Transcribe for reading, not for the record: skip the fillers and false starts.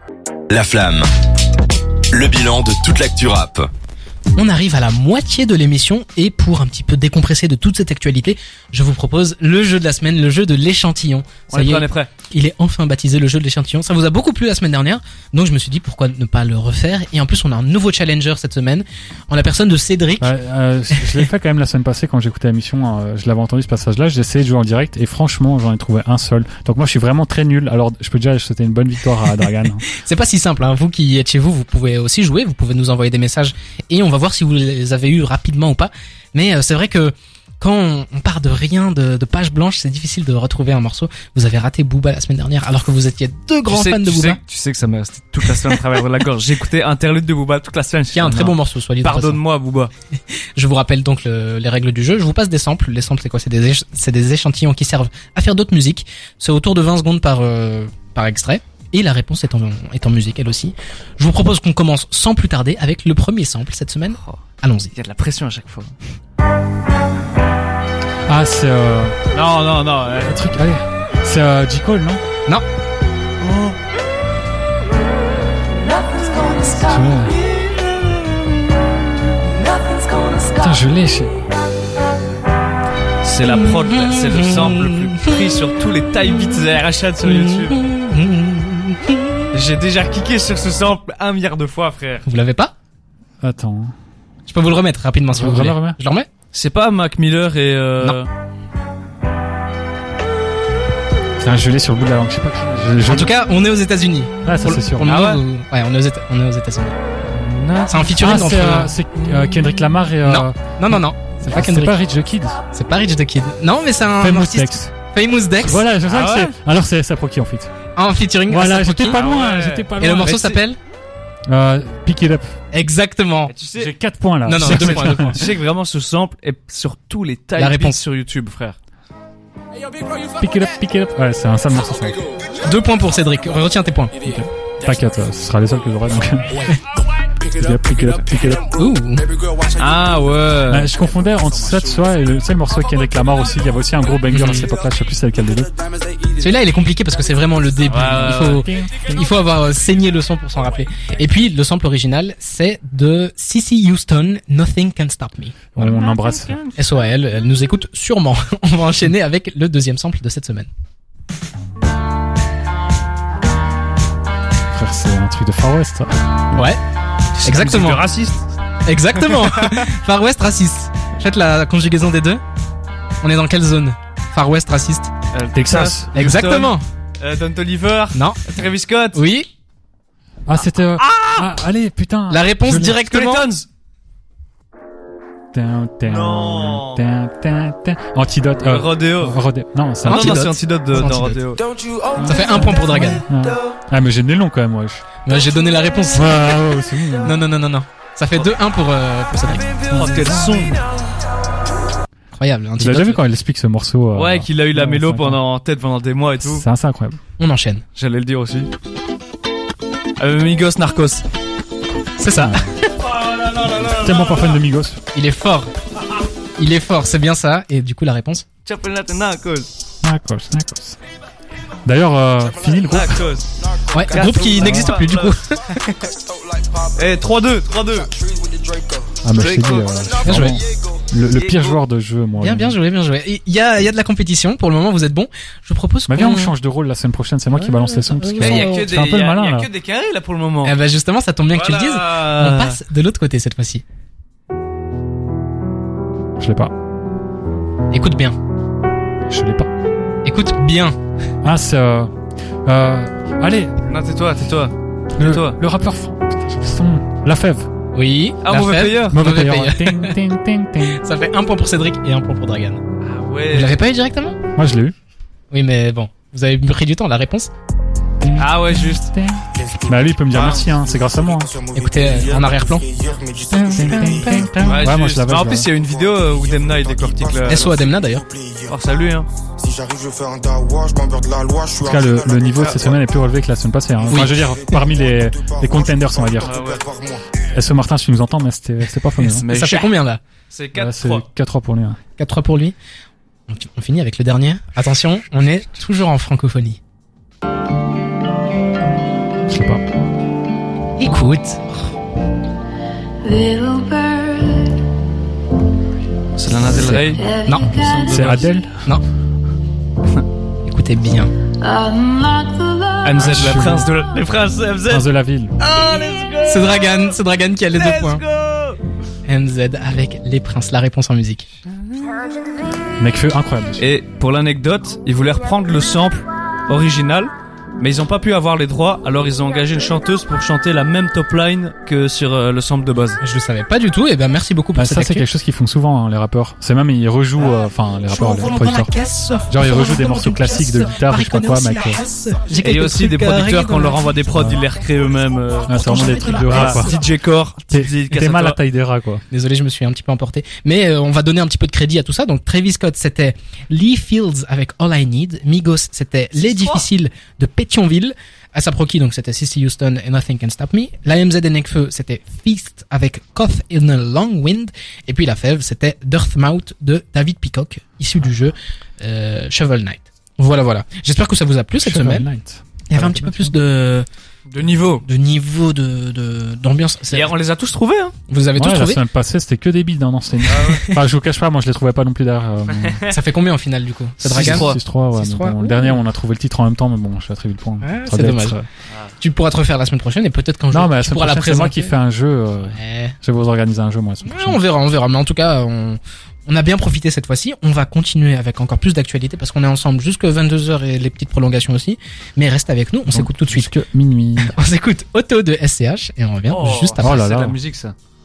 La Flamme. Le bilan de toute l'actu rap. On arrive à la moitié de l'émission et pour un petit peu décompresser de toute cette actualité, je vous propose le jeu de la semaine, le jeu de l'échantillon. On est prêt. Il est enfin baptisé le jeu de l'échantillon. Ça vous a beaucoup plu la semaine dernière, donc je me suis dit pourquoi ne pas le refaire. Et en plus, on a un nouveau challenger cette semaine, en la personne de Cédric. Je l'ai fait quand même la semaine passée quand j'écoutais l'émission. Je l'avais entendu ce passage-là. J'ai essayé de jouer en direct et franchement, j'en ai trouvé un seul. Donc moi, je suis vraiment très nul. Alors, je peux déjà souhaiter une bonne victoire à Dragan. C'est pas si simple. Hein. Vous qui êtes chez vous, vous pouvez aussi jouer. Vous pouvez nous envoyer des messages et on va voir si vous les avez eu rapidement ou pas. Mais c'est vrai que quand on part de rien, de page blanche, c'est difficile de retrouver un morceau. Vous avez raté Booba la semaine dernière, alors que vous étiez deux grands fans de Booba. Tu sais que ça m'a resté toute la semaine à travers de la gorge. J'ai écouté Interlude de Booba toute la semaine. Qui est un très bon morceau, soit dit. Pardonne-moi, Booba. Je vous rappelle donc les règles du jeu. Je vous passe des samples. Les samples, c'est quoi? C'est des échantillons qui servent à faire d'autres musiques. C'est autour de 20 secondes par extrait. Et la réponse est en musique, elle aussi. Je vous propose qu'on commence sans plus tarder avec le premier sample cette semaine. Allons-y. Il y a de la pression à chaque fois. Ah, c'est Non. le truc, allez. C'est J. Cole, non? Non. Putain, je l'ai. C'est la prod, c'est le sample le plus pris sur tous les Type Beats et RHA sur YouTube. J'ai déjà kické sur ce sample 1 milliard de fois, frère. Vous l'avez pas? Attends. Je peux vous le remettre rapidement si vous voulez. Je le remets? C'est pas Mac Miller et Non. Putain, je l'ai sur le bout de la langue, je sais pas qui. En tout cas, on est aux États-Unis. Ah, ça c'est sûr. Ouais, on est aux États-Unis. C'est un featuring entre. C'est Kendrick Lamar et. Non. C'est pas Kendrick. C'est pas Rich the Kid. C'est pas Rich the Kid. Non, mais c'est un artiste. Famous Dex. Voilà, je sais que c'est. Alors c'est Saproki en fait. En featuring. Voilà, j'étais pas loin. Et le morceau s'appelle Pick It Up. Exactement. Tu sais, j'ai 4 points là. Non, 2 points. Tu sais que vraiment ce sample est sur tous les Type Beats sur YouTube, frère. Pick It Up. Ouais, c'est un sale morceau ça. 2 points pour Cédric. Retiens tes points. T'inquiète, ce sera les seuls que j'aurai donc. Pick it up. Ouh. Ah ouais. Je confondais entre ça, tu vois, et le morceau qui est avec Lamar aussi. Il y avait aussi un gros banger à cette époque-là. Je sais plus c'est lequel des deux. Celui-là, il est compliqué parce que c'est vraiment le début. Il faut avoir saigné le son pour s'en rappeler. Et puis, le sample original, c'est de Cissy Houston, Nothing Can Stop Me. Voilà. On embrasse. SOAL, elle nous écoute sûrement. On va enchaîner avec le deuxième sample de cette semaine. Frère, c'est un truc de Far West, ça. Ouais. Exactement. Raciste. Exactement. Far West raciste. Faites la conjugaison des deux. On est dans quelle zone? Far West raciste. Texas. Exactement. Don Toliver. Non. Travis Scott. Oui. Ah, c'était. Allez, putain. La réponse directement. Non. Antidote. Rodeo. Non, c'est Non, Antidote. c'est Antidote de Rodeo. Ça fait 1 point pour Dragan. Ah, mais j'ai le nez long quand même, wesh. Ouais, j'ai donné la réponse. Ouais, c'est bon. Non. Ça fait 2-1 pour Cédric. Oh, quel son. Incroyable. Tu l'as déjà vu quand il explique ce morceau? Ouais, qu'il a eu la mélo pendant des mois et tout. C'est assez incroyable. On enchaîne. J'allais le dire aussi. Migos Narcos. C'est ça. Tellement pas fan de Migos. Il est fort, c'est bien ça. Et du coup, la réponse? Narcos. D'ailleurs, fini le groupe. Ouais, groupe qui n'existe plus du coup. 3-2. Ah, mais je t'ai dit, Bien joué. le pire joueur de jeu, moi. Bien joué. Il y a de la compétition. Pour le moment, vous êtes bon. Je propose viens, on change de rôle la semaine prochaine. C'est moi qui balance les sons. Parce que il y a que des carrés là pour le moment. Eh ben justement, ça tombe bien que tu le dises. On passe de l'autre côté cette fois-ci. Je l'ai pas. Écoute bien. Je l'ai pas. Écoute bien. Ah, c'est allez. Non, tais-toi. Le rappeur. Putain, j'ai le son. La Fève. Oui. Mauvais payeur. Ting, ting, ting, ting. Ça fait 1 point pour Cédric et 1 point pour Dragan. Ah ouais. Vous l'avez pas eu directement? Moi, je l'ai eu. Oui, mais bon. Vous avez pris du temps, la réponse? Ah ouais, juste. Bah lui il peut me dire merci, hein. C'est grâce à moi. Écoutez, en arrière-plan. Ouais, moi je l'avais. En plus il y a une vidéo où Demna il décortique le. SO à Demna d'ailleurs. Oh salut hein. En tout cas le niveau de cette semaine est plus relevé que la semaine passée, hein. Enfin je veux dire parmi les contenders on va dire. SO Martin si tu nous entends mais c'est pas fameux. Hein. Ça fait combien là? C'est 4-3. C'est 4-3 pour lui. Hein. 4-3 pour lui. On finit avec le dernier. Attention, on est toujours en francophonie. Je sais pas. Écoute. C'est Lana Del Rey. Non. C'est Adele. Non. Écoutez bien. MZ, les princes MZ. Prince de la ville. Oh, let's go. C'est Dragan qui a les 2 points. Let's go. MZ avec Les Princes, la réponse en musique. Nekfeu, incroyable. Et pour l'anecdote, ils voulaient reprendre le sample original, mais ils ont pas pu avoir les droits, alors ils ont engagé une chanteuse pour chanter la même top line que sur le sample de base. Je le savais pas du tout, et ben merci beaucoup pour cette Ça, c'est actu. quelque chose qu'ils font souvent, hein, les rappeurs. C'est même, ils rejouent, les rappeurs, les producteurs. Genre, ils rejouent des morceaux classiques de guitare, je sais pas quoi, mec. Et il y a aussi des producteurs, quand on leur envoie des prods, ils les recréent eux-mêmes. C'est vraiment des trucs de rat, quoi. DJ Core, T'es mal à taille des rats, quoi. Désolé, je me suis un petit peu emporté. Mais on va donner un petit peu de crédit à tout ça. Donc Travis Scott, c'était Lee Fields avec All I Need. Migos, c'était Les Difficiles de Pétionville. A$AP Rocky, donc c'était Cissy Houston et Nothing Can Stop Me. l'AMZ et Nekfeu, c'était Feast avec Cough in a Long Wind. Et puis la fève, c'était Dirtmouth de David Peacock, issu du jeu Shovel Knight. Voilà. J'espère que ça vous a plu cette Shovel semaine. Knight. Il y avait un petit peu plus de niveau. d'ambiance. Hier, on les a tous trouvés, hein. Vous avez tous La trouvé? semaine passée, c'était que des bides dans l'enseigne. Enfin, je vous cache pas, moi, je les trouvais pas non plus derrière. Ça fait combien au final du coup? C'est Dragan? 6-3, ouais. 6-3. Mais bon, le dernier, on a trouvé le titre en même temps, mais bon, je vais très vite le point. Ouais, Ça c'est doit dommage. être, Tu pourras te refaire la semaine prochaine et peut-être qu'un jour Non, mais la tu semaine pourras la prochaine, c'est moi qui présenter. fais un jeu. Ouais. Je vais vous organiser un jeu, moi, la semaine Ouais, prochaine. on verra. Mais en tout cas, on a bien profité cette fois-ci. On va continuer avec encore plus d'actualités parce qu'on est ensemble jusqu'à 22h et les petites prolongations aussi. Mais reste avec nous, on s'écoute tout de suite. Jusque minuit. On s'écoute Auto de SCH et on revient juste après. Oh là c'est là. de la musique, ça.